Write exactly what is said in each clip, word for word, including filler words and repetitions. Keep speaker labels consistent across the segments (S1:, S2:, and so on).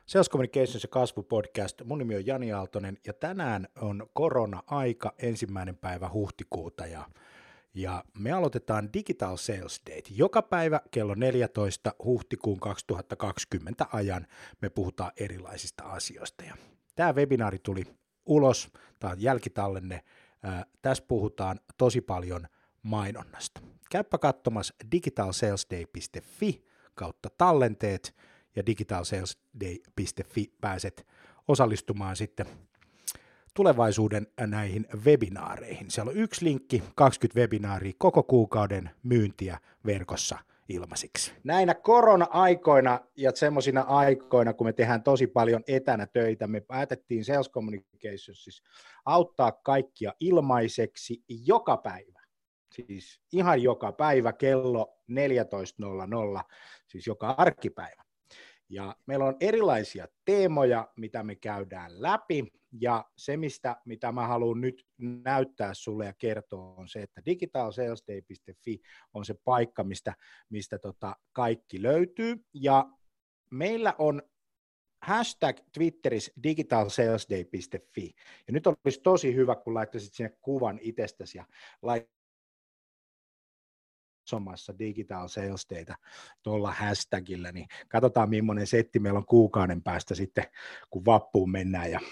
S1: Sales Communications ja kasvupodcast. Mun nimi on Jani Aaltonen ja tänään on korona-aika, ensimmäinen päivä huhtikuuta ja, ja me aloitetaan Digital Sales Day. Joka päivä kello neljätoista huhtikuun kaksituhattakaksikymmentä ajan me puhutaan erilaisista asioista. Ja tämä webinaari tuli ulos, tämä on jälkitallenne. Ää, tässä puhutaan tosi paljon mainonnasta. Käyppä katsomassa digitalsalesday piste fi kautta tallenteet ja digitalsalesday piste fi pääset osallistumaan sitten tulevaisuuden näihin webinaareihin. Siellä on yksi linkki, kaksikymmentä webinaaria, koko kuukauden myyntiä verkossa ilmaisiksi. Näinä korona-aikoina ja semmoisina aikoina, kun me tehdään tosi paljon etänä töitä, me päätettiin Sales Communicationsissa auttaa kaikkia ilmaiseksi joka päivä. Siis ihan joka päivä kello neljätoista nolla nolla, siis joka arkipäivä. Ja meillä on erilaisia teemoja, mitä me käydään läpi, ja se, mistä, mitä mä haluan nyt näyttää sulle ja kertoa, on se, että digitalsalesday piste fi on se paikka, mistä, mistä tota kaikki löytyy, ja meillä on hashtag Twitterissä digitalsalesday piste fi, ja nyt olisi tosi hyvä, kun laittaisit sinne kuvan itsestäsi ja laittaisit somassa Digital Sales Dayta tuolla hashtagillä, niin katsotaan millainen setti meillä on kuukauden päästä sitten, kun vappuun mennään ja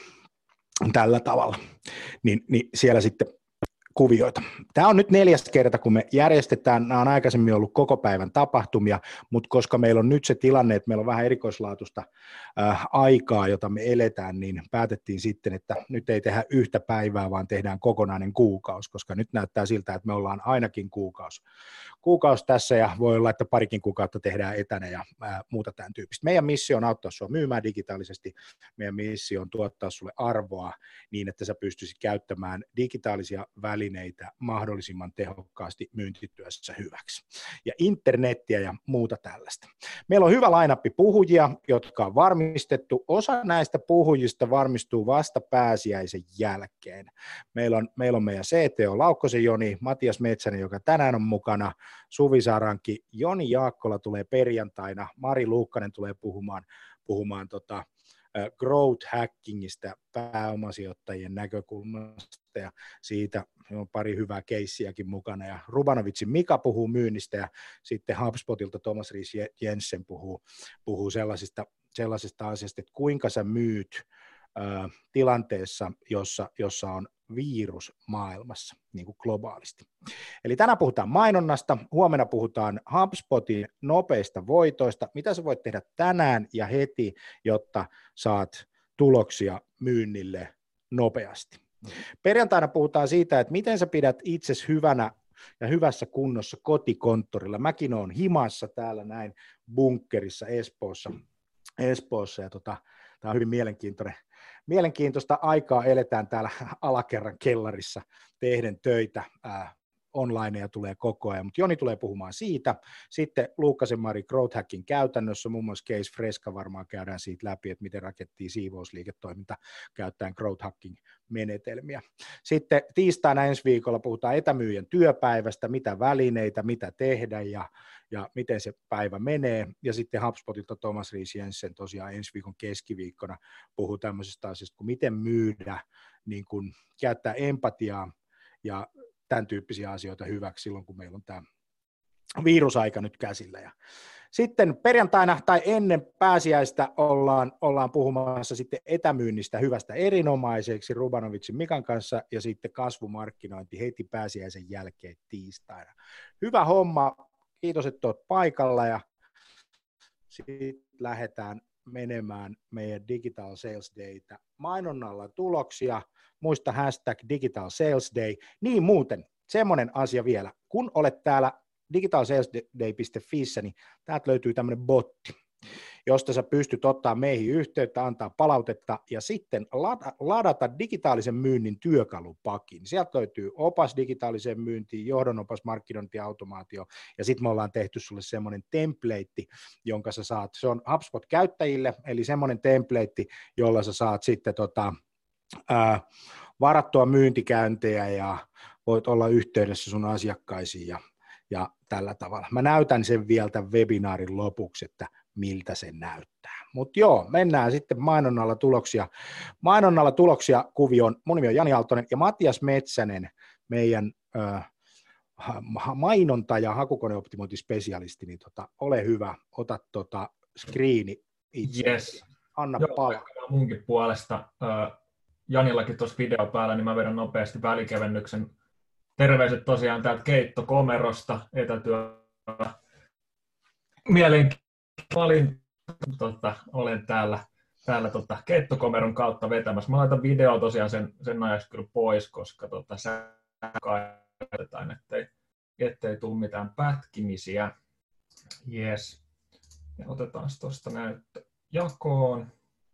S1: tällä tavalla, niin, niin siellä sitten kuvioita. Tämä on nyt neljäs kerta, kun me järjestetään, nämä on aikaisemmin ollut koko päivän tapahtumia, mutta koska meillä on nyt se tilanne, että meillä on vähän erikoislaatuista äh, aikaa, jota me eletään, niin päätettiin sitten, että nyt ei tehdä yhtä päivää, vaan tehdään kokonainen kuukausi, koska nyt näyttää siltä, että me ollaan ainakin kuukausi, kuukausi tässä ja voi olla, että parikin kuukautta tehdään etänä ja äh, muuta tämän tyyppistä. Meidän missio on auttaa sinua myymään digitaalisesti, meidän missio on tuottaa sinulle arvoa niin, että sä pystyisit käyttämään digitaalisia välineitä mahdollisimman tehokkaasti myyntityössä hyväksi. Ja internettiä ja muuta tällaista. Meillä on hyvä line-up puhujia, jotka on varmistettu. Osa näistä puhujista varmistuu vasta pääsiäisen jälkeen. Meillä on, meillä on meidän C T O Laukkosen Joni, Matias Metsänen, joka tänään on mukana, Suvi Saranki, Joni Jaakkola tulee perjantaina, Mari Luukkanen tulee puhumaan, puhumaan tota, growth hackingista pääomasijoittajien näkökulmasta ja siitä on pari hyvää keissiäkin mukana ja Rubanovitsin Mika puhuu myynnistä ja sitten HubSpotilta Thomas Riis Jensen puhuu, puhuu sellaisista, sellaisista asioista, että kuinka sä myyt ä, tilanteessa, jossa, jossa on virus maailmassa niin kuin globaalisti. Eli tänään puhutaan mainonnasta, huomenna puhutaan HubSpotin nopeista voitoista, mitä sä voit tehdä tänään ja heti, jotta saat tuloksia myynnille nopeasti. Perjantaina puhutaan siitä, että miten sä pidät itsesi hyvänä ja hyvässä kunnossa kotikonttorilla. Mäkin olen himassa täällä näin bunkkerissa Espoossa, Espoossa ja tota, tämä on hyvin mielenkiintoinen. Mielenkiintoista aikaa eletään täällä alakerran kellarissa tehden töitä, ää, onlineja tulee koko ajan, mutta Joni tulee puhumaan siitä. Sitten Luukkasen Mari Growth Hackin käytännössä, muun muassa Case Fresca varmaan käydään siitä läpi, että miten rakettiin siivousliiketoiminta käyttäen Growth Hacking menetelmiä. Sitten tiistaina ensi viikolla puhutaan etämyyjän työpäivästä, mitä välineitä, mitä tehdä ja, ja miten se päivä menee. Ja sitten HubSpotilta Thomas Riis Jensen tosiaan ensi viikon keskiviikkona puhuu tämmöisestä asiasta, kuin miten myydä, niin kuin käyttää empatiaa ja tämän tyyppisiä asioita hyväksi silloin, kun meillä on tämä virusaika nyt käsillä. Ja sitten perjantaina tai ennen pääsiäistä ollaan, ollaan puhumassa sitten etämyynnistä hyvästä erinomaiseksi Rubanovitsin Mikan kanssa ja sitten kasvumarkkinointi heti pääsiäisen jälkeen tiistaina. Hyvä homma, kiitos, että olet paikalla ja sitten lähdetään menemään meidän Digital Sales Dayta mainonnalla tuloksia. Muista hashtag Digital Sales Day. Niin muuten, semmoinen asia vielä. Kun olet täällä digitalsalesday piste fissä, niin täältä löytyy tämmöinen botti, josta sä pystyt ottaa meihin yhteyttä, antaa palautetta ja sitten ladata digitaalisen myynnin työkalupakin. Sieltä löytyy opas digitaaliseen myyntiin, johdonopas markkinointiautomaatio ja sitten me ollaan tehty sulle semmoinen template, jonka sä saat, se on HubSpot-käyttäjille, eli semmoinen template, jolla sä saat sitten tota, ää, varattua myyntikäyntejä ja voit olla yhteydessä sun asiakkaisiin ja, ja tällä tavalla. Mä näytän sen vielä tämän webinaarin lopuksi, että miltä se näyttää. Mutta joo, mennään sitten mainonnalla tuloksia. Mainonnalla tuloksia kuvioon. Mun nimi on Jani Aaltonen ja Matias Metsänen, meidän äh, mainonta- ja hakukoneoptimointispesialisti, niin tota, ole hyvä, ota tota screeni itse.
S2: Yes.
S1: Anna
S2: joo,
S1: palaa.
S2: Munkin puolesta. Äh, Janillakin tuossa video päällä, niin mä vedän nopeasti välikevennyksen. Terveiset tosiaan täältä keittokomerosta, etätyöllä. Mielenkiintoinen, tota, olen täällä, täällä tota, keittokomeron kautta vetämässä. Mä laitan video tosiaan sen, sen ajaksi kyllä pois, koska tota, säkaistetaan, ettei, ettei tule mitään pätkimisiä. Yes. Ja otetaan tuosta näyttö jakoon.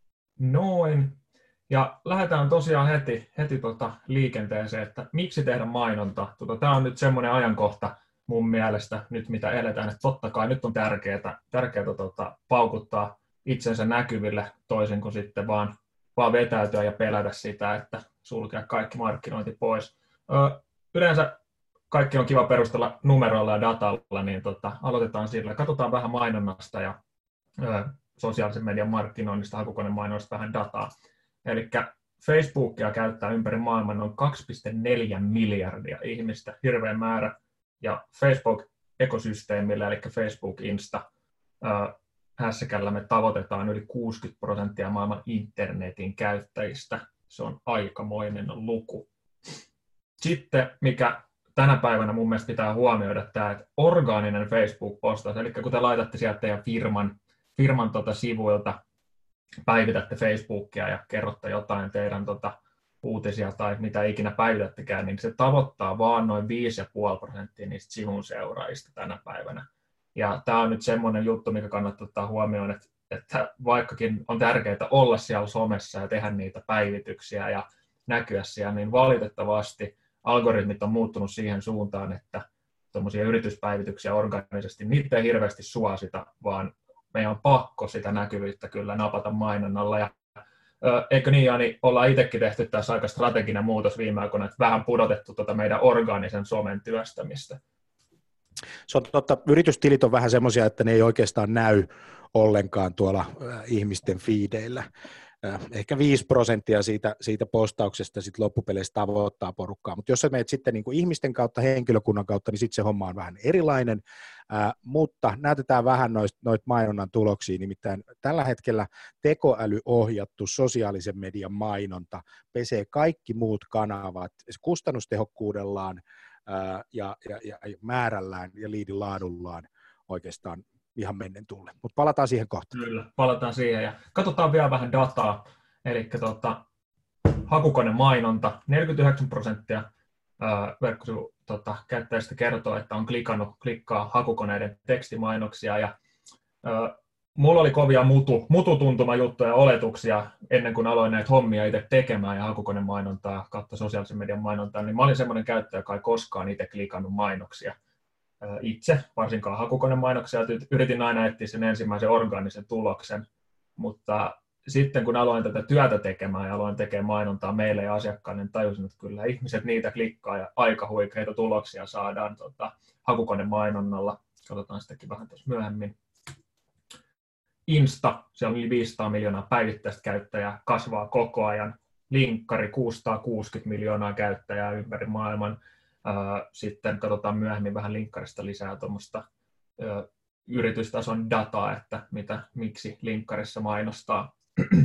S2: Noin. Ja lähdetään tosiaan heti, heti tota liikenteeseen, että miksi tehdä mainonta. Tota, tämä on nyt semmoinen ajankohta mun mielestä, nyt mitä eletään, että totta kai nyt on tärkeää, tärkeää tota, paukuttaa itsensä näkyville toisin kuin sitten vaan, vaan vetäytyä ja pelätä sitä, että sulkea kaikki markkinointi pois. Ö, yleensä kaikki on kiva perustella numeroilla ja datalla, niin tota, aloitetaan sillä. Katsotaan vähän mainonnasta ja ö, sosiaalisen median markkinoinnista, hakukonemainoista vähän dataa. Eli Facebookia käyttää ympäri maailman noin kaksi pilkku neljä miljardia ihmistä, hirveä määrä. Ja Facebook-ekosysteemillä, eli Facebook Insta, äh, hässäkällä me tavoitetaan yli kuusikymmentä prosenttia maailman internetin käyttäjistä. Se on aikamoinen luku. Sitten, mikä tänä päivänä mun mielestä pitää huomioida, tämä, että orgaaninen Facebook-postaus, eli kun te laitatte sieltä teidän firman, firman tota sivuilta, päivitätte Facebookia ja kerrotte jotain teidän tota, uutisia tai mitä ikinä päivitättekään, niin se tavoittaa vaan noin viisi pilkku viisi prosenttia niistä sivun seuraajista tänä päivänä. Ja tämä on nyt semmoinen juttu, mikä kannattaa ottaa huomioon, että, että vaikkakin on tärkeää olla siellä somessa ja tehdä niitä päivityksiä ja näkyä siellä, niin valitettavasti algoritmit on muuttunut siihen suuntaan, että tuommoisia yrityspäivityksiä organisesti, niitä ei hirveästi suosita, vaan meidän on pakko sitä näkyvyyttä kyllä napata mainonnalla. Ja, ö, eikö niin, Jani, ollaan itsekin tehty tässä aika strateginen muutos viime aikoina, että vähän pudotettu tuota meidän orgaanisen somen työstämistä.
S1: Se on totta, yritystilit on vähän semmoisia, että ne ei oikeastaan näy ollenkaan tuolla ihmisten feedeillä. Ehkä viisi prosenttia siitä, siitä postauksesta sit loppupeleistä tavoittaa porukkaa, mutta jos sä menet sitten niin kuin ihmisten kautta, henkilökunnan kautta, niin sitten se homma on vähän erilainen, ää, mutta näytetään vähän noita noit mainonnan tuloksia, nimittäin tällä hetkellä tekoälyohjattu sosiaalisen median mainonta pesee kaikki muut kanavat kustannustehokkuudellaan ää, ja, ja, ja määrällään ja liidin laadullaan oikeastaan ihan mennen tulle, mutta palataan siihen kohta. Kyllä,
S2: palataan siihen ja katsotaan vielä vähän dataa, eli tota, hakukonemainonta, neljäkymmentäyhdeksän prosenttia verkkosivu tota, käyttäjistä kertoo, että on klikannut, klikkaa hakukoneiden tekstimainoksia ja ää, mulla oli kovia mutu, mututuntumajuttuja ja oletuksia ennen kuin aloin näitä hommia itse tekemään ja hakukonemainontaa kautta sosiaalisen median mainontaa, niin mä olin semmoinen käyttäjä, joka ei koskaan itse klikannut mainoksia itse, varsinkaan hakukonemainoksia, yritin aina etsiä sen ensimmäisen orgaanisen tuloksen, mutta sitten kun aloin tätä työtä tekemään ja aloin tekemään mainontaa meille ja asiakkaille, niin tajusin, että kyllä ihmiset niitä klikkaa ja aika huikeita tuloksia saadaan tota, hakukonemainonnalla. Katsotaan sitäkin vähän tuossa myöhemmin. Insta, siellä on yli viisisataa miljoonaa päivittäistä käyttäjää, kasvaa koko ajan. Linkkari, kuusisataakuusikymmentä miljoonaa käyttäjää ympäri maailman. Sitten katsotaan myöhemmin vähän linkkarista lisää tuommoista yritystason dataa, että mitä, miksi linkkarissa mainostaa.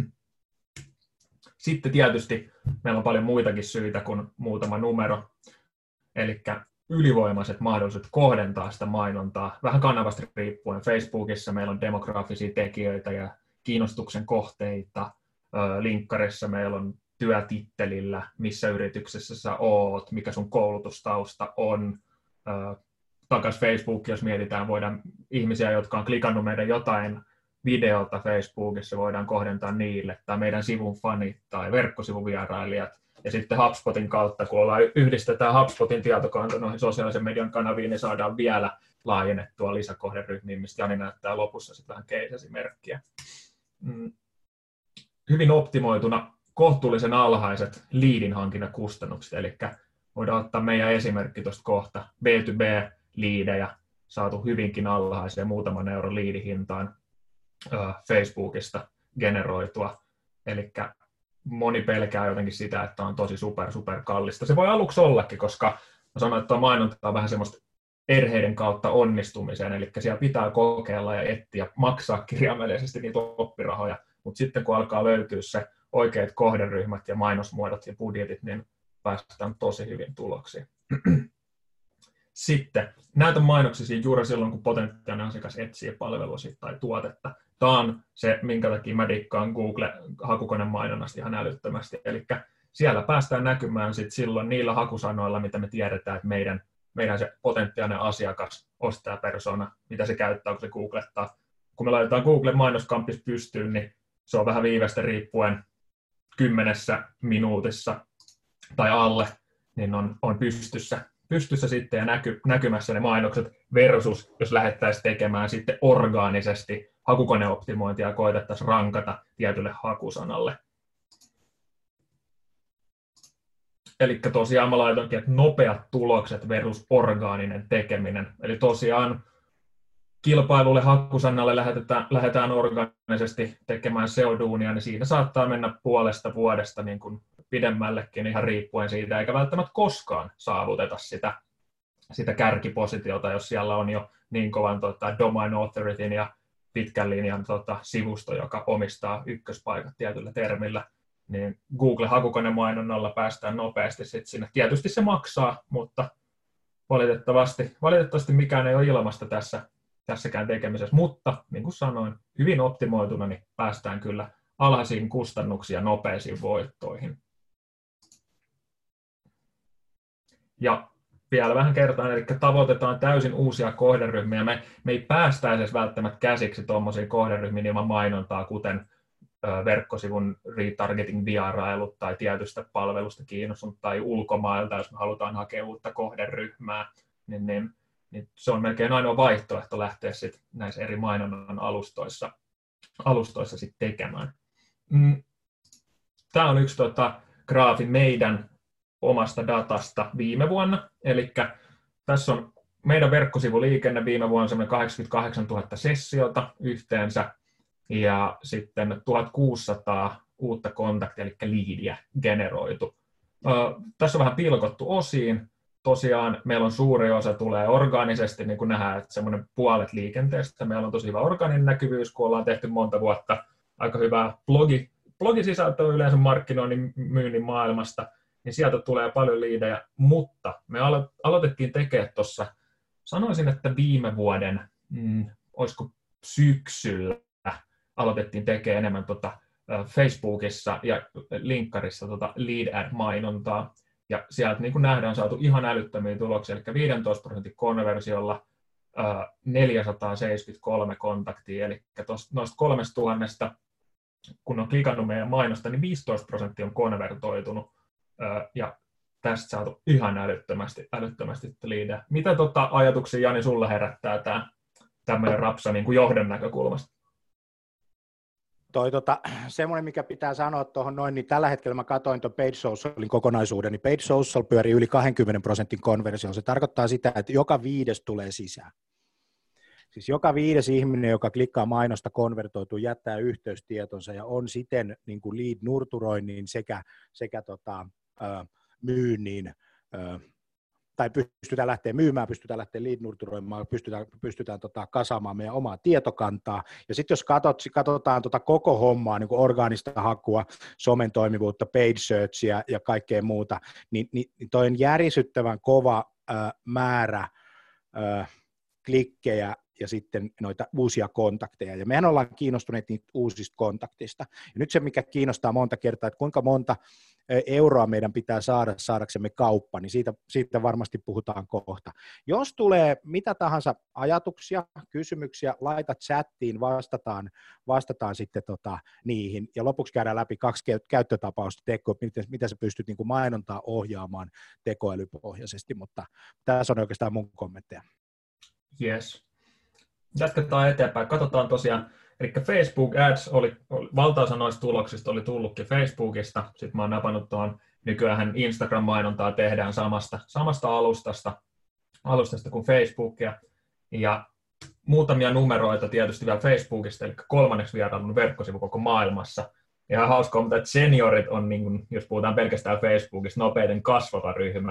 S2: Sitten tietysti meillä on paljon muitakin syitä kuin muutama numero, eli ylivoimaiset mahdollisuudet kohdentaa sitä mainontaa, vähän kanavasta riippuen. Facebookissa meillä on demografisia tekijöitä ja kiinnostuksen kohteita, linkkarissa meillä on työtittelillä, missä yrityksessä sä oot, mikä sun koulutustausta on. Takas Facebook, jos mietitään, voidaan ihmisiä, jotka on klikannut meidän jotain videolta Facebookissa, voidaan kohdentaa niille, tai meidän sivun fanit tai verkkosivuvierailijat. Ja sitten HubSpotin kautta, kun ollaan, yhdistetään HubSpotin tietokanta noihin sosiaalisen median kanaviin, niin saadaan vielä laajennettua lisäkohderyhmiin, mistä Jani näyttää lopussa sitten vähän case-esimerkkiä. Hyvin optimoituna kohtuullisen alhaiset liidinhankintakustannukset, eli voidaan ottaa meidän esimerkki tuosta kohta, B to B-liidejä saatu hyvinkin alhaiseen muutaman euron liidihintaan. Facebookista generoitua. Eli moni pelkää jotenkin sitä, että on tosi super, super kallista. Se voi aluksi ollakin, koska mä sanoin, että mainonta on vähän semmoista erheiden kautta onnistumiseen, eli siellä pitää kokeilla ja etsiä, maksaa kirjaimellisesti niitä oppirahoja, mutta sitten kun alkaa löytyä se oikeat kohderyhmät ja mainosmuodot ja budjetit, niin päästään tosi hyvin tuloksiin. Sitten näytä mainoksisi juuri silloin, kun potentiaalinen asiakas etsii palvelua tai tuotetta. Tämä on se, minkä takia mä dikkaan Google-hakukonemainonnasta ihan älyttömästi. Eli siellä päästään näkymään sit silloin niillä hakusanoilla, mitä me tiedetään, että meidän, meidän se potentiaalinen asiakas, ostajapersona, mitä se käyttää, kun se googlettaa. Kun me laitetaan Google-mainoskampis pystyyn, niin se on vähän viiveistä riippuen kymmenessä minuutissa tai alle, niin on, on pystyssä. pystyssä sitten ja näky, näkymässä ne mainokset versus, jos lähdettäisiin tekemään sitten orgaanisesti hakukoneoptimointia ja koitettaisiin rankata tietylle hakusanalle. Eli tosiaan mä laitankin, että nopeat tulokset versus orgaaninen tekeminen. Eli tosiaan kilpailulle hakusanalle lähdetään, lähdetään orgaanisesti tekemään S E O-duunia, niin siinä saattaa mennä puolesta vuodesta niin kuin pidemmällekin ihan riippuen siitä, eikä välttämättä koskaan saavuteta sitä, sitä kärkipositiota, jos siellä on jo niin kovan tota, domain authorityn ja pitkän linjan tota, sivusto, joka omistaa ykköspaikat tietyllä termillä, niin Google-hakukonemainonnalla päästään nopeasti sit sinne. Tietysti se maksaa, mutta valitettavasti, valitettavasti mikään ei ole ilmasta tässä, tässäkään tekemisessä, mutta niin kuin sanoin, hyvin optimoituna niin päästään kyllä alhaisiin kustannuksiin ja nopeisiin voittoihin. Ja vielä vähän kertaan, eli tavoitetaan täysin uusia kohderyhmiä. Me, me ei päästä edes välttämättä käsiksi tuommoisiin kohderyhmiin ilman mainontaa, kuten ö, verkkosivun retargeting-vierailut tai tietystä palvelusta kiinnostunut tai ulkomailta, jos me halutaan hakea uutta kohderyhmää, niin, niin, niin se on melkein ainoa vaihtoehto lähteä sit näissä eri mainonnan alustoissa, alustoissa sit tekemään. Mm. Tämä on yksi tota, graafi meidän omasta datasta viime vuonna, eli tässä on meidän verkkosivuliikenne viime vuonna semmoinen kahdeksankymmentäkahdeksantuhatta sessiota yhteensä, ja sitten tuhatkuusisataa uutta kontaktia, eli liidiä generoitu. Ö, tässä on vähän pilkottu osiin. Tosiaan meillä on suuri osa tulee orgaanisesti, niin kuin nähdään, että semmoinen puolet liikenteestä. Meillä on tosi hyvä orgaaninen näkyvyys, kun ollaan tehty monta vuotta aika hyvää blogi, blogisisältöä yleensä markkinoinnin myynnin maailmasta, niin sieltä tulee paljon liidejä, mutta me alo- aloitettiin tekemään tuossa, sanoisin, että viime vuoden, mm, olisiko syksyllä, aloitettiin tekemään enemmän tota, Facebookissa ja linkkarissa tota lead ad-mainontaa, ja sieltä niin kuin nähdään, on saatu ihan älyttömiä tuloksia, eli viisitoista prosentin konversiolla ää, neljäsataaseitsemänkymmentäkolme kontaktia, eli tos, noista kolmesta tuhannesta, kun on klikannut meidän mainosta, niin viisitoista prosenttia on konvertoitunut, ää, ja tästä saatu ihan älyttömästi, älyttömästi liidejä. Mitä tota ajatuksia, Jani, sulla herättää tämä tämmöinen rapsa niin kuin johdon näkökulmasta?
S1: Toi, tota, semmoinen, mikä pitää sanoa tuohon noin, niin tällä hetkellä mä katsoin tuon Paid Socialin kokonaisuuden, niin Paid Social pyörii yli kaksikymmentä prosentin konversio. Se tarkoittaa sitä, että joka viides tulee sisään. Siis joka viides ihminen, joka klikkaa mainosta, konvertoituu, jättää yhteystietonsa ja on siten niin kuin lead-nurturoinnin sekä, sekä tota, ö, myynnin, ö, tai pystytään lähteä myymään, pystytään lähteä lead-nurturoimaan, pystytään, pystytään tota, kasaamaan meidän omaa tietokantaa. Ja sitten jos katot, katsotaan tota koko hommaa, niin kuin orgaanista hakua, somen toimivuutta, paid searchia ja kaikkea muuta, niin, niin, niin toi on järisyttävän kova ö, määrä ö, klikkejä ja sitten noita uusia kontakteja. Ja mehän ollaan kiinnostuneet niitä uusista kontaktista. Ja nyt se, mikä kiinnostaa monta kertaa, että kuinka monta euroa meidän pitää saada saadaksemme kauppa, niin siitä, siitä varmasti puhutaan kohta. Jos tulee mitä tahansa ajatuksia, kysymyksiä, laita chattiin, vastataan, vastataan sitten tota, niihin. Ja lopuksi käydään läpi kaksi käyttötapausta, teko, miten, miten sä pystyt niin kuin mainontaa ohjaamaan tekoälypohjaisesti, mutta tässä on oikeastaan mun kommentteja.
S2: Yes. Jatketaan eteenpäin. Katsotaan tosiaan, eli Facebook Ads oli, oli valtaosa noista tuloksista oli tullutkin Facebookista. Sitten mä oon napannut tuohon, nykyään Instagram-mainontaa tehdään samasta, samasta alustasta, alustasta kuin Facebookia. Ja muutamia numeroita tietysti vielä Facebookista, eli kolmanneksi vierailun verkkosivu koko maailmassa. Ja hauskaa, mutta että seniorit on, niin kuin, jos puhutaan pelkästään Facebookista, nopeiten kasvava ryhmä.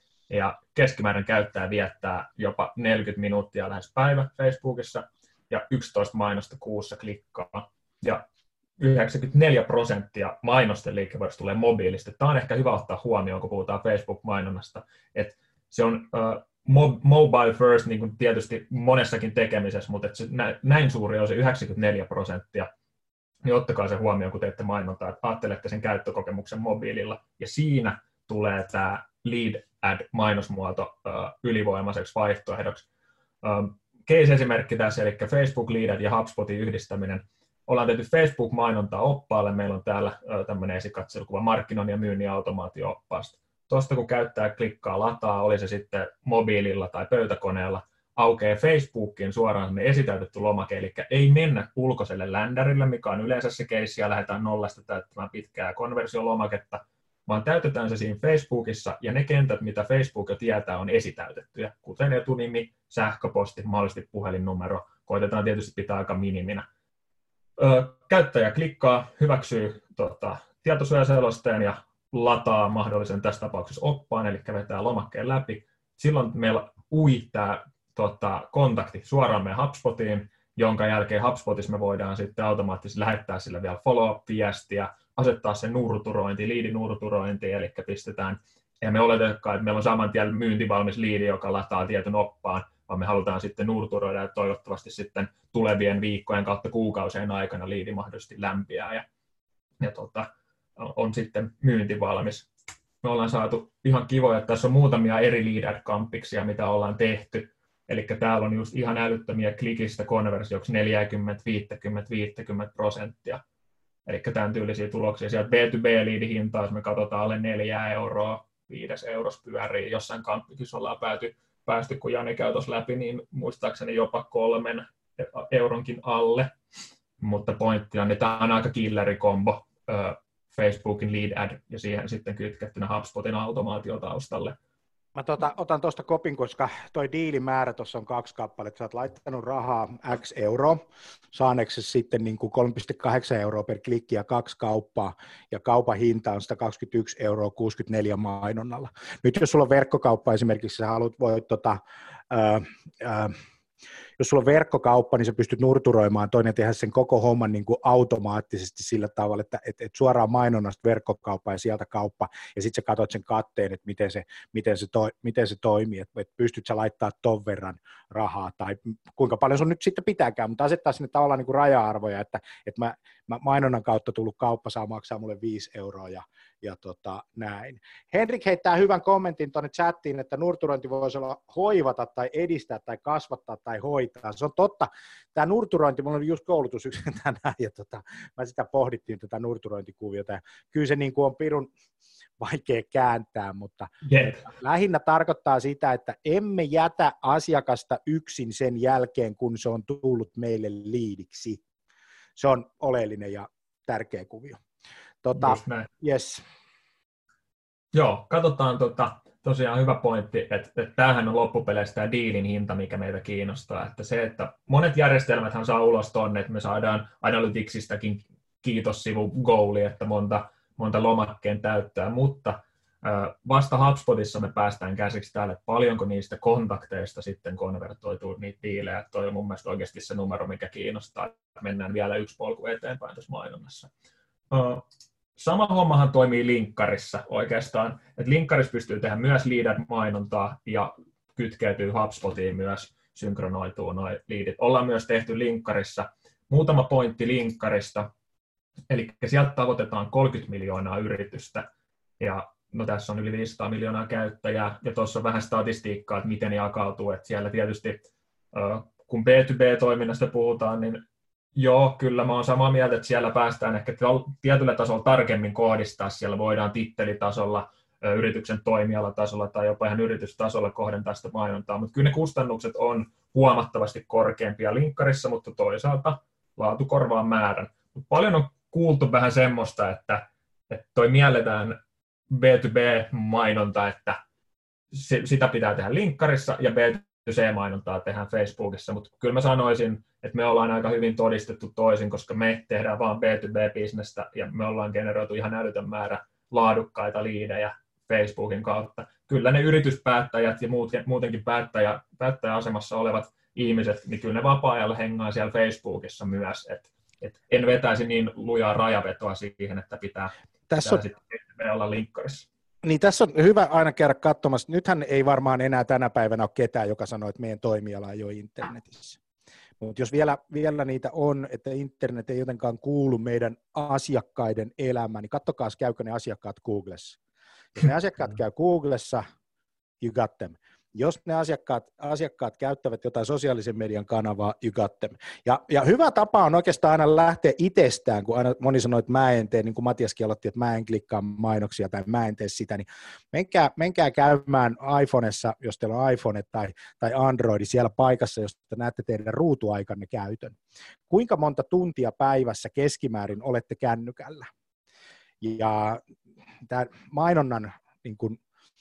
S2: Ja keskimäärin käyttäjä viettää jopa neljäkymmentä minuuttia lähes päivä Facebookissa ja yksitoista mainosta kuussa klikkaa. Ja yhdeksänkymmentäneljä prosenttia mainosten liikevaihdosta tulee mobiilista. Tämä on ehkä hyvä ottaa huomioon, kun puhutaan Facebook-mainonnasta, että se on uh, mobile first niin kuin tietysti monessakin tekemisessä, mutta että se, näin suuri on se yhdeksänkymmentäneljä prosenttia. Niin ottakaa se huomioon, kun teette mainontaa, että ajattelette sen käyttökokemuksen mobiililla, ja siinä tulee tämä lead ad-mainosmuoto uh, ylivoimaiseksi vaihtoehdoksi. Uh, case-esimerkki tässä, eli Facebook Lead Ad ja HubSpotin yhdistäminen. Ollaan tehty Facebook-mainontaa oppaalle, meillä on täällä uh, tämmöinen esikatselukuva markkinoinnin ja myynnin automaatio-oppaasta. Tuosta kun käyttää klikkaa lataa, oli se sitten mobiililla tai pöytäkoneella, aukeaa Facebookiin suoraan esitäytetty lomake, eli ei mennä ulkoiselle ländärille, mikä on yleensä se case, ja lähdetään nollasta täyttämään pitkää konversiolomaketta, vaan täytetään se siinä Facebookissa, ja ne kentät, mitä Facebook jo tietää, on esitäytettyjä, kuten etunimi, sähköposti, mahdollisesti puhelinnumero, koitetaan tietysti pitää aika miniminä. Ö, käyttäjä klikkaa, hyväksyy tota, tietosuojaselosteen ja lataa mahdollisen tässä tapauksessa oppaan, eli vetää lomakkeen läpi. Silloin meillä ui tämä tota, kontakti suoraan meidän HubSpotiin, jonka jälkeen HubSpotissa me voidaan sitten automaattisesti lähettää sille vielä follow-up-viestiä, asettaa se nurturointi, liidinurturointi, eli pistetään, ja me oletetaan, että meillä on saman tien myyntivalmis liidi, joka lataa tietyn oppaan, vaan me halutaan sitten nurturoida, ja toivottavasti sitten tulevien viikkojen kautta kuukausien aikana liidi mahdollisesti lämpiää, ja, ja tota, on sitten myyntivalmis. Me ollaan saatu ihan kivoja, että tässä on muutamia eri lead ad-kampiksia, mitä ollaan tehty. Eli täällä on just ihan älyttömiä klikistä konversioksi neljäkymmentä viisikymmentä viisikymmentä prosenttia. Eli tämän tyylisiä tuloksia. Sieltä B to B-liidihintaa, jos me katsotaan alle neljä euroa, viides euros pyörii. Jossain kampikissa ollaan pääty, päästy, kun Jani käy tuossa läpi, niin muistaakseni jopa kolmen euronkin alle. Mutta pointti on, että tämä on aika killerikombo. Facebookin lead ad ja siihen sitten kytkettynä HubSpotin automaatiotaustalle.
S1: Mä tota, otan tuosta kopin, koska toi diilimäärä tuossa on kaksi kappaletta. Sä oot laittanut rahaa X euroa, saaneeksi sitten niin kuin kolme pilkku kahdeksan euroa per klikki ja kaksi kauppaa, ja kaupan hinta on sata kaksikymmentäyksi euroa kuusikymmentäneljä mainonnalla. Nyt jos sulla on verkkokauppa esimerkiksi, sä haluat, voit tota, ää, ää, jos sulla on verkkokauppa, niin sä pystyt nurturoimaan toinen tehdä sen koko homman niin kuin automaattisesti sillä tavalla, että et, et suoraan mainonnasta verkkokauppa ja sieltä kauppa, ja sitten sä katsot sen katteen, että miten se, miten se, to, miten se toimii, että et pystyt sä laittaa ton verran rahaa, tai kuinka paljon sun nyt sitten pitääkään, mutta asettaa sinne tavallaan niin kuin raja-arvoja, että et mä, mä mainonnan kautta tullut kauppa saa maksaa mulle viisi euroa, ja, ja tota, näin. Henrik heittää hyvän kommentin tuonne chattiin, että nurturointi voisi olla hoivata tai edistää tai kasvattaa tai hoitaa. Se on totta. Tämä nurturointi, minulla oli just koulutus yksi tänään, ja tota, mä sitä pohdittiin tätä nurturointikuviota, ja kyllä se niin kuin on pirun vaikea kääntää, mutta
S2: yeah.
S1: lähinnä tarkoittaa sitä, että emme jätä asiakasta yksin sen jälkeen, kun se on tullut meille liidiksi. Se on oleellinen ja tärkeä kuvio. Tota, yes.
S2: Joo, katsotaan tota, tosiaan hyvä pointti, että, että tämähän on loppupeleissä tämä diilin hinta, mikä meitä kiinnostaa. Että se, että monet järjestelmäthän saa ulos tonne, että me saadaan Analyticsistäkin kiitossivu goali, että monta, monta lomakkeen täyttää, mutta vasta HubSpotissa me päästään käsiksi täällä, että paljonko niistä kontakteista sitten konvertoituu niitä diilejä. Toi on mun mielestä oikeasti se numero, mikä kiinnostaa. Mennään vielä yksi polku eteenpäin tässä mainonnassa. Sama hommahan toimii linkkarissa oikeastaan. Et linkkarissa pystyy tehdä myös lead-mainontaa ja kytkeytyy HubSpotiin myös, synkronoituu nuo liidit. Ollaan myös tehty linkkarissa. Muutama pointti linkkarista. Eli sieltä tavoitetaan kolmekymmentä miljoonaa yritystä. Ja no tässä on yli viisisataa miljoonaa käyttäjää, ja tuossa on vähän statistiikkaa, että miten jakautuu, että siellä tietysti, kun B to B-toiminnasta puhutaan, niin joo, kyllä mä oon samaa mieltä, että siellä päästään ehkä tietyllä tasolla tarkemmin kohdistaa, siellä voidaan tittelitasolla, yrityksen toimialatasolla tai jopa ihan yritystasolla kohdentaa sitä mainontaa, mutta kyllä ne kustannukset on huomattavasti korkeampia linkkarissa, mutta toisaalta laatu korvaa määrän. Mutta paljon on kuultu vähän semmoista, että, että toi mielletään B to B-mainonta, että sitä pitää tehdä linkkarissa, ja B C-mainontaa tehdään Facebookissa, mutta kyllä mä sanoisin, että me ollaan aika hyvin todistettu toisin, koska me tehdään vaan B to B-bisnestä ja me ollaan generoitu ihan älytön määrä laadukkaita liidejä Facebookin kautta. Kyllä ne yrityspäättäjät ja muutenkin päättäjä, päättäjäasemassa olevat ihmiset, niin kyllä ne vapaa-ajalla hengaa siellä Facebookissa myös. Et, et en vetäisi niin lujaa rajavetoa siihen, että pitää,
S1: Tässä
S2: pitää
S1: on...
S2: sitten olla linkkarissa.
S1: Niin tässä on hyvä aina käydä katsomassa. Nythän ei varmaan enää tänä päivänä ole ketään, joka sanoo, että meidän toimiala ei ole internetissä. Mutta jos vielä, vielä niitä on, että internet ei jotenkaan kuulu meidän asiakkaiden elämään, niin katsokaa, käykö ne asiakkaat Googlessa. Jos ne asiakkaat käy Googlessa, you got them. Jos ne asiakkaat, asiakkaat käyttävät jotain sosiaalisen median kanavaa, you got them. Ja, ja hyvä tapa on oikeastaan aina lähteä itsestään, kun aina moni sanoo, että mä en tee, niin kuin Matiaskin aloitti, että mä en klikkaa mainoksia tai mä en tee sitä, niin menkää, menkää käymään iPhoneessa, jos teillä on iPhone tai, tai Android, siellä paikassa, jos te näette teidän ruutuaikanne käytön. Kuinka monta tuntia päivässä keskimäärin olette kännykällä? Ja tämä mainonnan niin kuin,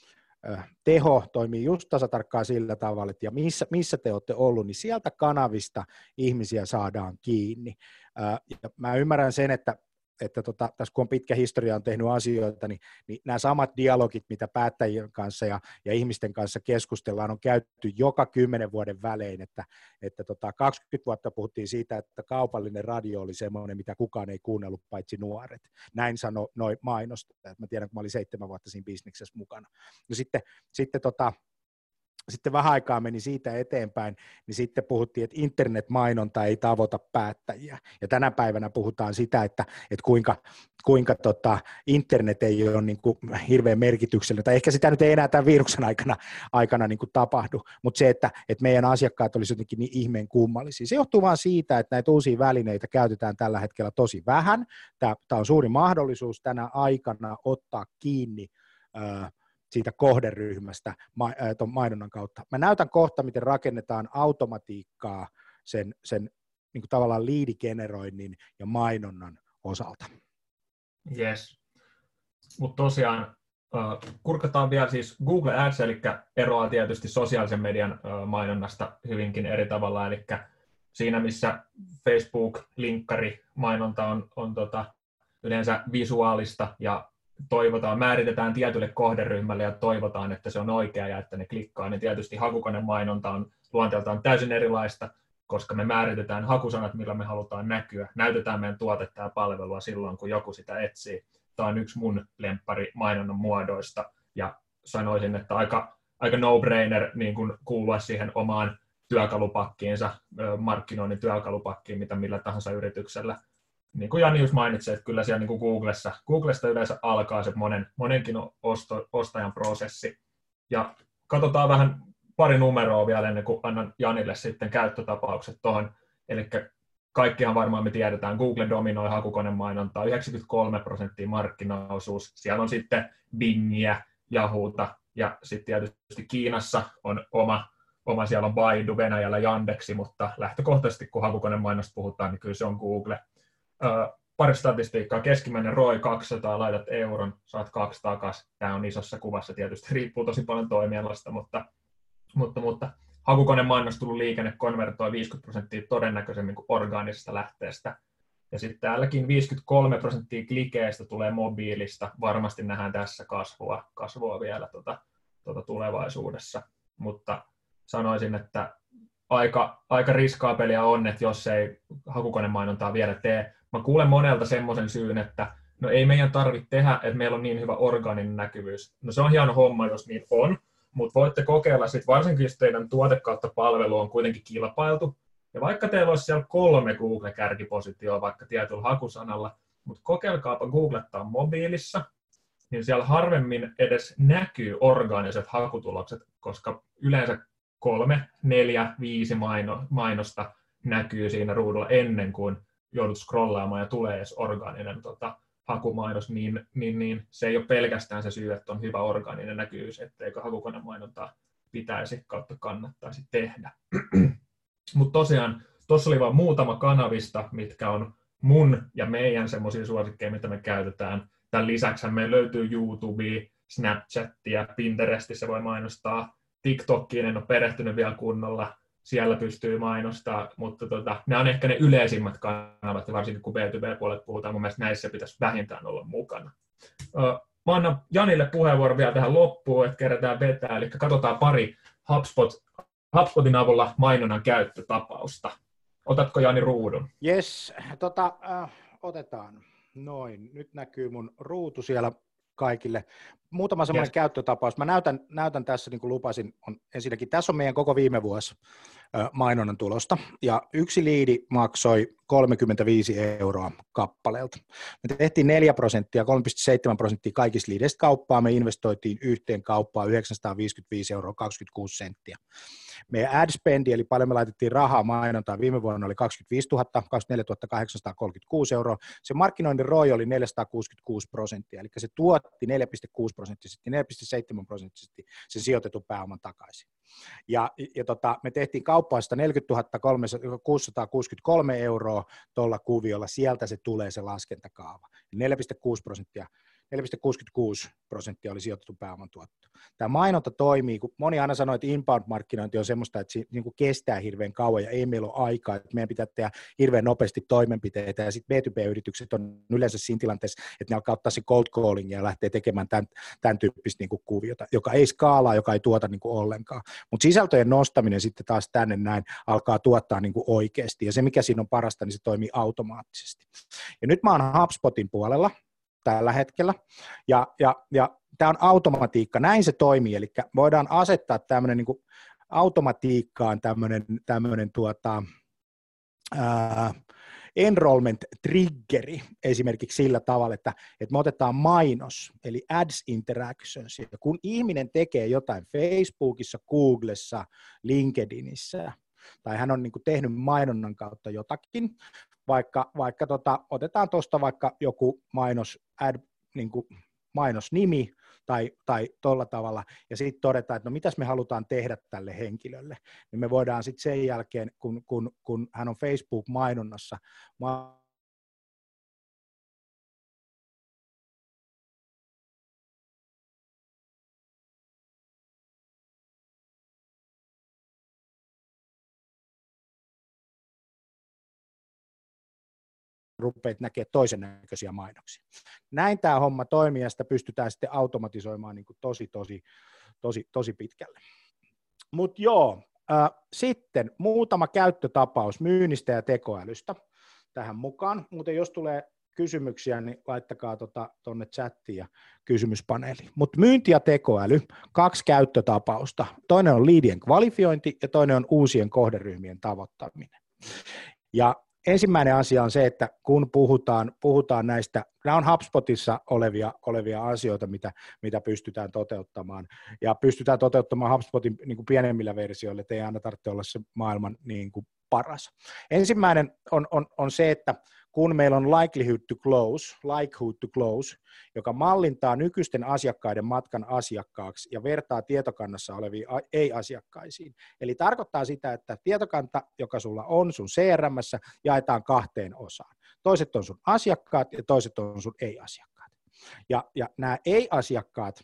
S1: teho toimii just tasatarkkaan sillä tavalla, että ja missä, missä te olette ollut, niin sieltä kanavista ihmisiä saadaan kiinni. Ja mä ymmärrän sen, että, että tota, tässä kun on pitkä historia on tehnyt asioita, niin, niin nämä samat dialogit, mitä päättäjien kanssa ja, ja ihmisten kanssa keskustellaan, on käytetty joka kymmenen vuoden välein, että, että tota, kaksikymmentä vuotta puhuttiin siitä, että kaupallinen radio oli semmoinen, mitä kukaan ei kuunnellut, paitsi nuoret. Näin sanoi noi mainostajat. Mä tiedän, kun mä olin seitsemän vuotta siinä bisneksessä mukana. No sitten, sitten tota, Sitten vähän aikaa meni siitä eteenpäin, niin sitten puhuttiin, että internetmainonta ei tavoita päättäjiä. Ja tänä päivänä puhutaan sitä, että, että kuinka, kuinka tota, internet ei ole niin kuin hirveän merkityksellinen, tai ehkä sitä nyt ei enää tämän viruksen aikana, aikana niin kuin tapahdu, mutta se, että, että meidän asiakkaat olisivat jotenkin niin ihmeen kummallisia. Se johtuu vaan siitä, että näitä uusia välineitä käytetään tällä hetkellä tosi vähän. Tämä, tämä on suuri mahdollisuus tänä aikana ottaa kiinni ää, siitä kohderyhmästä tuon mainonnan kautta. Mä näytän kohta, miten rakennetaan automatiikkaa sen, sen niin kuin tavallaan liidigeneroinnin ja mainonnan osalta.
S2: Yes. Mutta tosiaan uh, kurkataan vielä siis Google Ads, eli eroaa tietysti sosiaalisen median uh, mainonnasta hyvinkin eri tavalla, eli siinä missä Facebook-linkkari mainonta on, on tota, yleensä visuaalista ja toivotaan, määritetään tietylle kohderyhmälle ja toivotaan, että se on oikea ja että ne klikkaa, niin tietysti hakukonemainonta on luonteeltaan täysin erilaista, koska me määritetään hakusanat, millä me halutaan näkyä. Näytetään meidän tuotetta ja palvelua silloin, kun joku sitä etsii. Tämä on yksi mun lemppari mainonnan muodoista ja sanoisin, että aika, aika no-brainer niin kuin kuulua siihen omaan työkalupakkiinsa, markkinoinnin työkalupakkiin, mitä millä tahansa yrityksellä. Niin kuin Jani just mainitsi, että kyllä siellä niin kuin Googlessa, Googlesta yleensä alkaa se monen, monenkin osto, ostajan prosessi. Ja katsotaan vähän pari numeroa vielä ennen kuin annan Janille sitten käyttötapaukset tuohon. Eli kaikkihan varmaan me tiedetään, Google dominoi hakukonemainontaa, yhdeksänkymmentäkolme prosenttia markkinaosuus. Siellä on sitten Bingiä, Yahoota ja sitten tietysti Kiinassa on oma, oma siellä on Baidu, Venäjällä Yandeksi, mutta lähtökohtaisesti kun hakukonemainosta puhutaan, niin kyllä se on Google. Uh, pari statistiikkaa, keskimmäinen R O I kaksisataa, laitat euron, saat kaksi takas. Tämä on isossa kuvassa, tietysti riippuu tosi paljon toimialasta, mutta, mutta, mutta hakukonemainnosta tullut liikenne konvertoi viisikymmentä prosenttia todennäköisemmin kuin orgaanisesta lähteestä. Ja sitten täälläkin viisikymmentäkolme prosenttia klikeistä tulee mobiilista. Varmasti nähdään tässä kasvua, kasvua vielä tuota, tuota tulevaisuudessa, mutta sanoisin, että aika, aika riskaapeliä on, että jos ei hakukonemainontaa vielä tee. Mä kuulen monelta semmoisen syyn, että no ei meidän tarvitse tehdä, että meillä on niin hyvä orgaaninen näkyvyys. No se on hieno homma, jos niin on, mutta voitte kokeilla sitten, varsinkin jos teidän tuote kautta palvelu on kuitenkin kilpailtu, ja vaikka teillä olisi siellä kolme Google-kärkipositioa vaikka tietyllä hakusanalla, mutta kokeilkaapa googlettaa mobiilissa, niin siellä harvemmin edes näkyy orgaaniset hakutulokset, koska yleensä kolme, neljä, viisi maino, mainosta näkyy siinä ruudulla ennen kuin joudut scrollaamaan ja tulee edes orgaaninen tota, hakumainos, niin, niin, niin se ei ole pelkästään se syy, että on hyvä orgaaninen näkyvyys, etteikö hakukonemainontaa pitäisi kautta kannattaisi tehdä. Mutta tosiaan, tuossa oli vain muutama kanavista, mitkä on mun ja meidän semmoisia suosikkeja, mitä me käytetään. Tämän lisäksi meillä löytyy YouTubea, Snapchatia, Pinterestissä voi mainostaa, TikTokkiin en ole perehtynyt vielä kunnolla, siellä pystyy mainostaa, mutta tota, nämä on ehkä ne yleisimmät kanavat, ja varsinkin kun B two B-puolet puhutaan, mun mielestä näissä pitäisi vähintään olla mukana. Mä annan Janille puheenvuoron vielä tähän loppuun, että kerätään vetää, eli katsotaan pari HubSpot, HubSpotin avulla mainonnan käyttötapausta. Otatko Jani ruudun?
S1: Jes, tota, äh, otetaan. Noin, nyt näkyy mun ruutu siellä kaikille. Muutama semmoinen yes. käyttötapaus. Mä näytän, näytän tässä, niin kuin lupasin, on ensinnäkin, tässä on meidän koko viime vuosi äh, mainonnan tulosta, ja yksi liidi maksoi kolmekymmentäviisi euroa kappaleelta. Me tehtiin neljä prosenttia, kolme pilkku seitsemän prosenttia kaikista liideistä kauppaa, me investoitiin yhteen kauppaan yhdeksänsataaviisikymmentäviisi euroa kaksikymmentäkuusi senttiä. Meidän ad spendi, eli paljon me laitettiin rahaa mainontaan, viime vuonna oli kaksikymmentäviisituhatta, kaksikymmentäneljätuhatta kahdeksansataakolmekymmentäkuusi euroa. Se markkinoinnin R O I oli neljäsataakuusikymmentäkuusi prosenttia, eli se tuotti neljä pilkku kuusi prosenttisesti, neljä pilkku seitsemän prosenttisesti sen sijoitetun pääoman takaisin. Ja, ja tota, me tehtiin kauppaa sitä neljäkymmentätuhatta kuusisataakuusikymmentäkolme euroa tuolla kuviolla, sieltä se tulee se laskentakaava. neljä pilkku kuusi prosenttia. neljä pilkku kuusikymmentäkuusi prosenttia oli sijoitettu pääoman tuotto. Tämä mainonta toimii, kun moni aina sanoo, että inbound-markkinointi on semmoista, että se niin kuin kestää hirveän kauan ja ei meillä ole aikaa, että meidän pitää tehdä hirveän nopeasti toimenpiteitä, ja sitten B two B-yritykset on yleensä siinä tilanteessa, että ne alkaa ottaa se cold calling ja lähtee tekemään tämän, tämän tyyppistä niin kuin kuviota, joka ei skaalaa, joka ei tuota niin kuin ollenkaan. Mutta sisältöjen nostaminen sitten taas tänne näin alkaa tuottaa niin kuin oikeasti, ja se mikä siinä on parasta, niin se toimii automaattisesti. Ja nyt mä oon HubSpotin puolella tällä hetkellä, ja, ja, ja tämä on automatiikka, näin se toimii, eli voidaan asettaa tämmöinen niin kuin automatiikkaan tämmöinen, tämmöinen tuota, ää, enrollment triggeri esimerkiksi sillä tavalla, että, että me otetaan mainos, eli ads interactions, ja kun ihminen tekee jotain Facebookissa, Googlessa, LinkedInissä, tai hän on niin kuin tehnyt mainonnan kautta jotakin, vaikka, vaikka tota, otetaan tuosta vaikka joku mainos, ad, niin kuin mainosnimi tai, tai tuolla tavalla, ja sitten todetaan, että no mitäs me halutaan tehdä tälle henkilölle, niin me voidaan sitten sen jälkeen, kun, kun, kun hän on Facebook-mainonnassa, ma- rupeat näkemään toisen näköisiä mainoksia. Näin tämä homma toimii, ja sitä pystytään sitten automatisoimaan niin kuin tosi, tosi, tosi, tosi pitkälle. Mutta joo, äh, sitten muutama käyttötapaus myynnistä ja tekoälystä tähän mukaan. Muuten jos tulee kysymyksiä, niin laittakaa tuonne tota, chattiin ja kysymyspaneeliin. Mutta myynti ja tekoäly, kaksi käyttötapausta. Toinen on liidien kvalifiointi ja toinen on uusien kohderyhmien tavoittaminen. Ja ensimmäinen asia on se, että kun puhutaan, puhutaan näistä, nämä on HubSpotissa olevia, olevia asioita, mitä, mitä pystytään toteuttamaan, ja pystytään toteuttamaan HubSpotin niin kuin pienemmillä versioilla, että ei aina tarvitse olla se maailman niin kuin paras. Ensimmäinen on, on, on se, että kun meillä on likelihood to close, likelihood to close, joka mallintaa nykyisten asiakkaiden matkan asiakkaaksi ja vertaa tietokannassa oleviin ei-asiakkaisiin. Eli tarkoittaa sitä, että tietokanta, joka sulla on sun C R M:ssä, jaetaan kahteen osaan. Toiset on sun asiakkaat ja toiset on sun ei-asiakkaat. Ja, ja nämä ei-asiakkaat,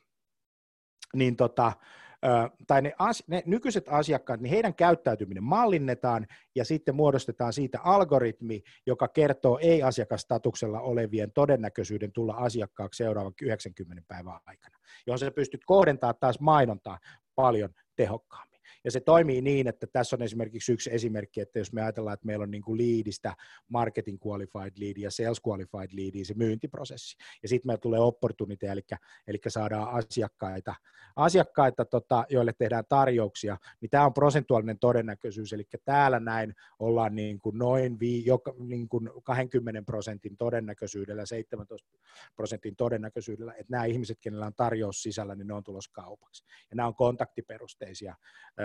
S1: niin tota, tai ne, as, ne nykyiset asiakkaat, niin heidän käyttäytyminen mallinnetaan ja sitten muodostetaan siitä algoritmi, joka kertoo ei-asiakastatuksella olevien todennäköisyyden tulla asiakkaaksi seuraavan yhdeksänkymmentä päivän aikana, johon sä pystyt kohdentamaan taas mainontaa paljon tehokkaammin. Ja se toimii niin, että tässä on esimerkiksi yksi esimerkki, että jos me ajatellaan, että meillä on niin kuin leadistä marketing qualified lead ja sales qualified lead, se myyntiprosessi. Ja sitten meillä tulee opportunity, eli, eli saadaan asiakkaita, asiakkaita tota, joille tehdään tarjouksia, niin tämä on prosentuaalinen todennäköisyys, eli täällä näin ollaan niin kuin noin vi, joka, niin kuin kaksikymmentä prosentin todennäköisyydellä, seitsemäntoista prosentin todennäköisyydellä, että nämä ihmiset, kenellä on tarjous sisällä, niin ne on tulossa kaupaksi. Ja nämä on kontaktiperusteisia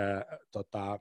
S1: Tota,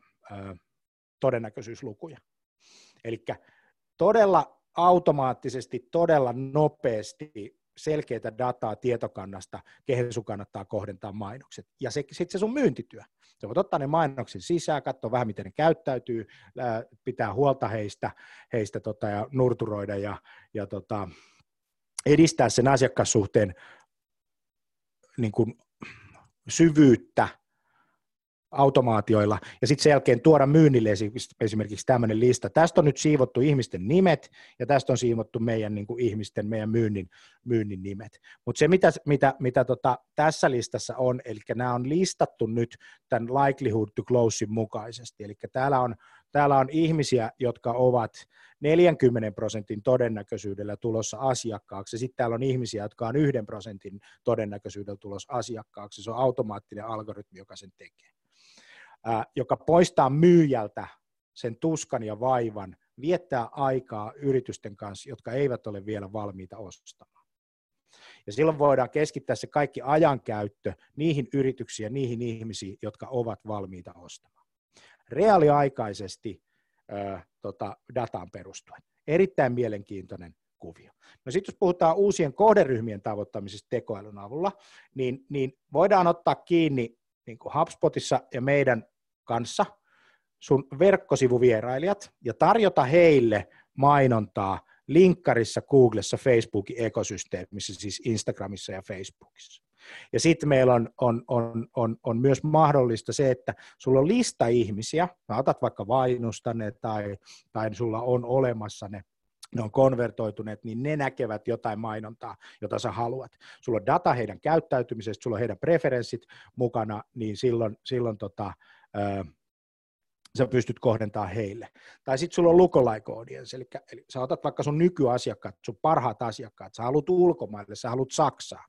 S1: todennäköisyyslukuja. Eli todella automaattisesti, todella nopeasti selkeää dataa tietokannasta, kehen sun kannattaa kohdentaa mainokset. Ja sitten se sun myyntityö. Sä voit ottaa ne mainoksen sisään, katsoa vähän, miten ne käyttäytyy, pitää huolta heistä, heistä tota, ja nurturoida ja, ja tota, edistää sen asiakassuhteen niin kuin syvyyttä automaatioilla, ja sitten sen jälkeen tuoda myynnille esimerkiksi tämmöinen lista. Tästä on nyt siivottu ihmisten nimet, ja tästä on siivottu meidän niin kuin ihmisten, meidän myynnin, myynnin nimet. Mutta se, mitä, mitä, mitä tota, tässä listassa on, eli nämä on listattu nyt tämän likelihood to closein mukaisesti, eli täällä on, täällä on ihmisiä, jotka ovat neljänkymmenen prosentin todennäköisyydellä tulossa asiakkaaksi, ja sitten täällä on ihmisiä, jotka on yhden prosentin todennäköisyydellä tulossa asiakkaaksi. Se on automaattinen algoritmi, joka sen tekee. Ää, joka poistaa myyjältä sen tuskan ja vaivan, viettää aikaa yritysten kanssa, jotka eivät ole vielä valmiita ostamaan. Ja silloin voidaan keskittää se kaikki ajankäyttö niihin yrityksiin ja niihin ihmisiin, jotka ovat valmiita ostamaan. Reaaliaikaisesti ää, tota, dataan perustuen. Erittäin mielenkiintoinen kuvio. No sitten jos puhutaan uusien kohderyhmien tavoittamisesta tekoälyn avulla, niin, niin voidaan ottaa kiinni niin kuin HubSpotissa ja meidän kanssa sun verkkosivuvierailijat ja tarjota heille mainontaa linkkarissa, Googlessa, Facebookin ekosysteemissä, siis Instagramissa ja Facebookissa. Ja sitten meillä on, on, on, on, on myös mahdollista se, että sulla on lista ihmisiä, otat vaikka Vainusta ne tai, tai sulla on olemassa ne, ne on konvertoituneet, niin ne näkevät jotain mainontaa, jota sä haluat. Sulla on data heidän käyttäytymisestä, sulla on heidän preferenssit mukana, niin silloin, silloin tota, ää, sä pystyt kohdentamaan heille. Tai sitten sulla on lookalike audience, eli, eli sä otat vaikka sun nykyasiakkaat, sun parhaat asiakkaat, sä haluat ulkomaille, sä haluat Saksaan,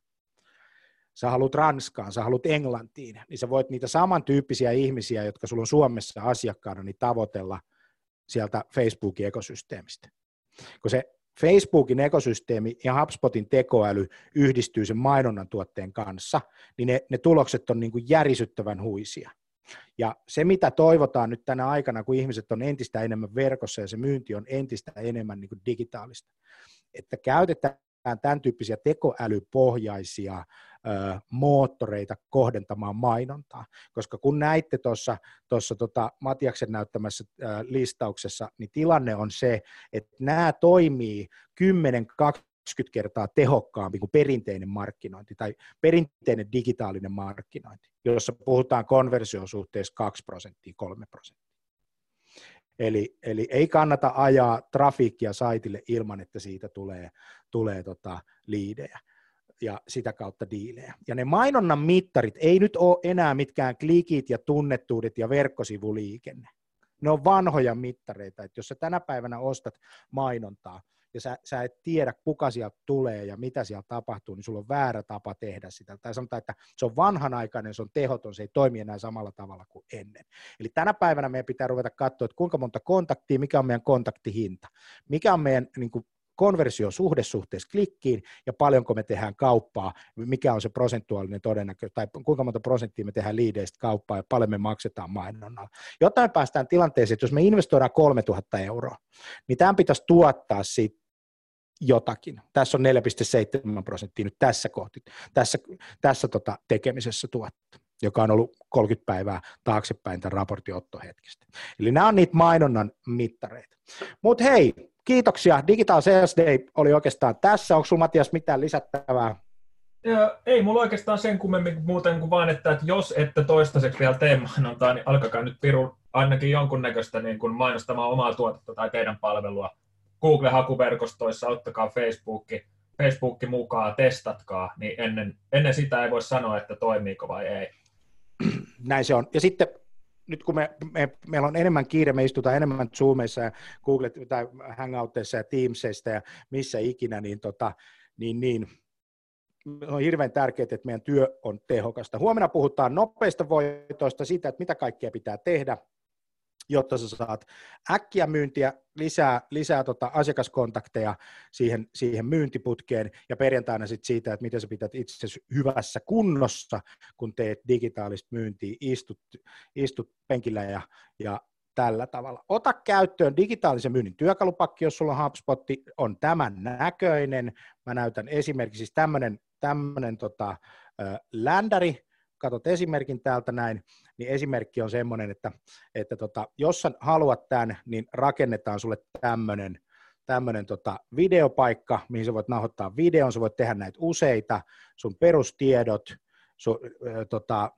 S1: sä haluat Ranskaan, sä haluat Englantiin, niin sä voit niitä samantyyppisiä ihmisiä, jotka sulla on Suomessa asiakkaana, niin tavoitella sieltä Facebookin ekosysteemistä. Kun se Facebookin ekosysteemi ja HubSpotin tekoäly yhdistyy sen mainonnan tuotteen kanssa, niin ne, ne tulokset on niin kuin järisyttävän huisia. Ja se, mitä toivotaan nyt tänä aikana, kun ihmiset on entistä enemmän verkossa ja se myynti on entistä enemmän niin kuin digitaalista, että käytetään tämän tyyppisiä tekoälypohjaisia ö, moottoreita kohdentamaan mainontaa, koska kun näitte tuossa tota Matiaksen näyttämässä ö, listauksessa, niin tilanne on se, että nämä toimii kymmenen kaksikymmentä kertaa tehokkaampi kuin perinteinen markkinointi tai perinteinen digitaalinen markkinointi, jossa puhutaan konversiosuhteessa kaksi prosenttia, kolme prosenttia. Eli, eli ei kannata ajaa trafiikkia saitille ilman, että siitä tulee, tulee tota liidejä ja sitä kautta diilejä. Ja ne mainonnan mittarit ei nyt ole enää mitkään klikit ja tunnettuudet ja verkkosivuliikenne. Ne on vanhoja mittareita, että jos sä tänä päivänä ostat mainontaa ja sä, sä et tiedä, kuka sieltä tulee ja mitä siellä tapahtuu, niin sulla on väärä tapa tehdä sitä. Tai sanotaan, että se on vanhanaikainen, se on tehoton, se ei toimi enää samalla tavalla kuin ennen. Eli tänä päivänä meidän pitää ruveta katsoa, että kuinka monta kontaktia, mikä on meidän kontaktihinta, mikä on meidän niin kuin konversiosuhde suhteessa klikkiin ja paljonko me tehdään kauppaa, mikä on se prosentuaalinen todennäköisyys, tai kuinka monta prosenttia me tehdään liideistä kauppaa ja paljon me maksetaan mainonnalla. Jotta me päästään tilanteeseen, että jos me investoidaan kolmetuhatta euroa, niin tämän pitäisi tuottaa siitä jotakin. Tässä on neljä pilkku seitsemän prosenttia nyt tässä kohti, tässä, tässä tota tekemisessä tuotto, joka on ollut kolmekymmentä päivää taaksepäin tämän raportin ottohetkestä. Eli nämä on niitä mainonnan mittareita. Mutta hei, kiitoksia. Digital Sales Day oli oikeastaan tässä. Onko sinulla, Matias, mitään lisättävää?
S2: Ja ei mulla oikeastaan sen kummemmin muuten kuin vaan, että, että jos ette toistaiseksi vielä tee mainontaa, niin alkakaa nyt piru ainakin jonkunnäköistä niin kuin mainostamaan omaa tuotetta tai teidän palvelua. Google-hakuverkostoissa, ottakaa Facebookki, Facebookki mukaan, testatkaa, niin ennen, ennen sitä ei voi sanoa, että toimiiko vai ei.
S1: Näin se on. Ja sitten nyt kun me, me, meillä on enemmän kiire, me istutaan enemmän Zoomissa ja Google tai Hangoutissa ja Teamsista ja missä ikinä, niin, tota, niin, niin on hirveän tärkeää, että meidän työ on tehokasta. Huomenna puhutaan nopeista voitoista, siitä, että mitä kaikkea pitää tehdä, jotta sä saat äkkiä myyntiä, lisää, lisää tota asiakaskontakteja siihen, siihen myyntiputkeen, ja perjantaina sitten siitä, että miten sä pität itsesi hyvässä kunnossa, kun teet digitaalista myyntiä, istut, istut penkillä ja, ja tällä tavalla. Ota käyttöön digitaalisen myynnin työkalupakki, jos sulla on HubSpot, on tämän näköinen. Mä näytän esimerkiksi siis tämmöinen, tämmöinen tota, äh, ländäri, katsot esimerkin täältä näin, niin esimerkki on semmoinen, että, että tota, jos sä haluat tämän, niin rakennetaan sulle tämmöinen, tämmöinen tota videopaikka, mihin sä voit nauhoittaa videon, sä voit tehdä näitä useita, sun perustiedot, sun, äh, tota,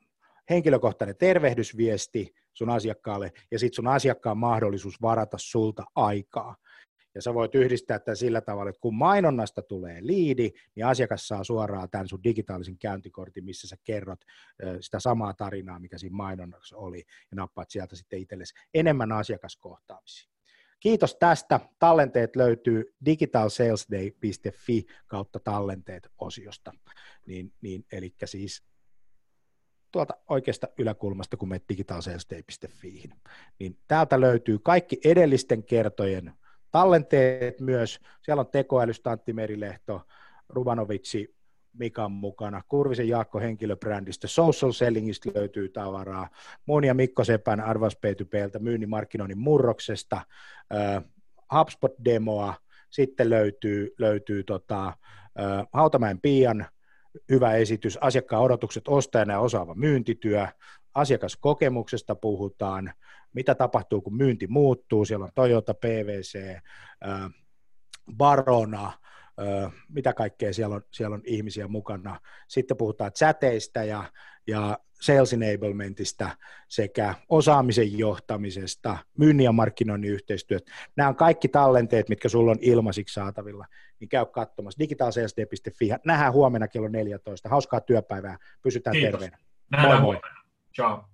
S1: henkilökohtainen tervehdysviesti sun asiakkaalle ja sitten sun asiakkaan mahdollisuus varata sulta aikaa. Ja sä voit yhdistää tämän sillä tavalla, että kun mainonnasta tulee liidi, niin asiakas saa suoraan tämän sun digitaalisen käyntikortin, missä sä kerrot sitä samaa tarinaa, mikä siinä mainonnassa oli, ja nappaat sieltä sitten itsellesi enemmän asiakaskohtaamisia. Kiitos tästä. Tallenteet löytyy digitalsalesday piste fi kautta tallenteet osiosta. Niin, niin, eli siis tuolta oikeasta yläkulmasta, kun menet digitalsalesday piste fiihin. Niin täältä löytyy kaikki edellisten kertojen tallenteet myös. Siellä on tekoälystä Antti Merilehto, Rubanovitsi Mikan mukana, Kurvisen Jaakko henkilöbrändistä, Social Sellingistä löytyy tavaraa, mun ja Mikko Sepän Advance P two P:ltä myynnin markkinoinnin murroksesta, äh, HubSpot-demoa, sitten löytyy, löytyy tota, äh, Hautamäen Pian hyvä esitys, asiakkaan odotukset ostajana ja osaava myyntityö, asiakaskokemuksesta puhutaan, mitä tapahtuu, kun myynti muuttuu, siellä on Toyota, P V C, äh, Barona, äh, mitä kaikkea siellä on, siellä on ihmisiä mukana. Sitten puhutaan chateista ja, ja sales enablementista sekä osaamisen johtamisesta, myynnin ja markkinoinnin yhteistyöt. Nämä on kaikki tallenteet, mitkä sulla on ilmaisiksi saatavilla, niin käy katsomassa digitalsalesday piste fi. Nähdään huomenna kello neljätoista. Hauskaa työpäivää, pysytään
S2: Kiitos.
S1: terveenä.
S2: Nähdään
S1: Moi moi.
S2: huomenna. Ciao.